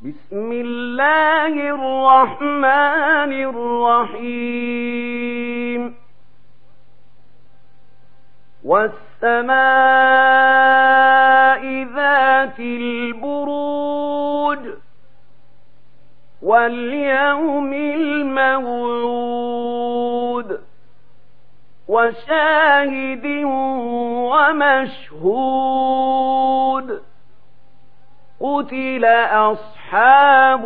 بسم الله الرحمن الرحيم والسماء ذات البروج واليوم الموعود وشاهد ومشهود قتل أصحاب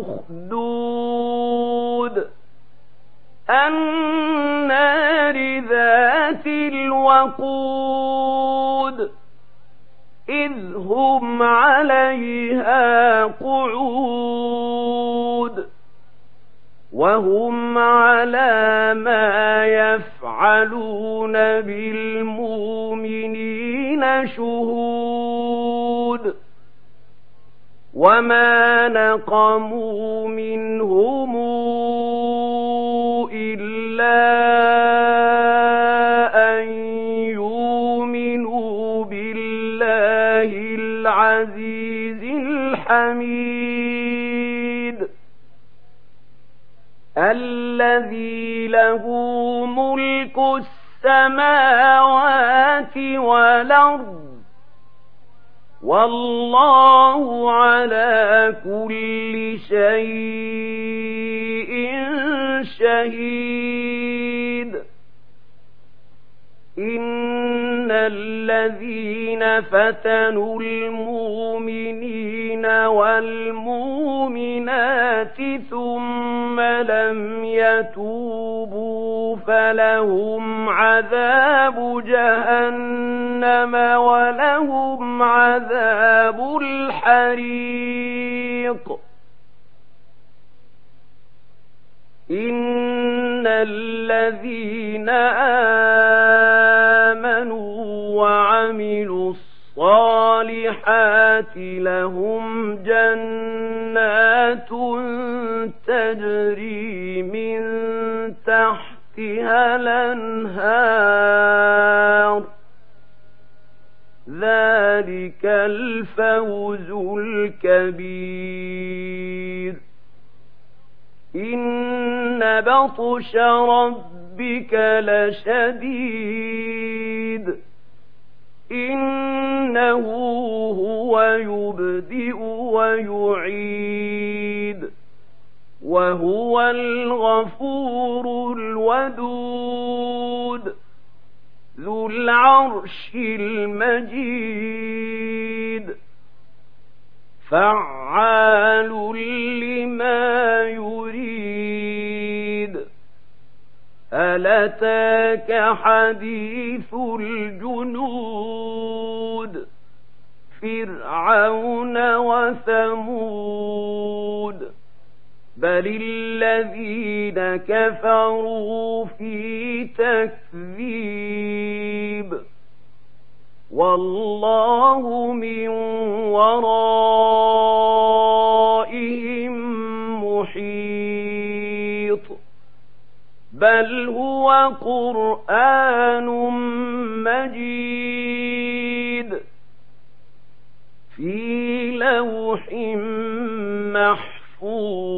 الأخدود النار ذات الوقود إذ هم عليها قعود وهم على ما يفعلون بالمؤمنين شهود وما نقموا منهم إلا أن يؤمنوا بالله العزيز الحميد الذي له ملك السماوات والأرض والله على كل شيء شهيد إن الذين فتنوا المؤمنين والمؤمنات ثم لم يتوبوا فلهم عذاب جهنم ولهم عذاب الحريق إن الذين آمنوا وعملوا الصالحات لهم جنات تجري من تحتها الأنهار ذلك الفوز الكبير إن بطش ربك لشديد إنه هو يبدئ ويعيد وهو الغفور الودود ذو العرش المجيد فعال لما يريد هل أتاك حديث الجنود فرعون وثمود بل الذين كفروا في تكذيب والله من ورائهم محيط بل هو قرآن مجيد في لوح محفوظ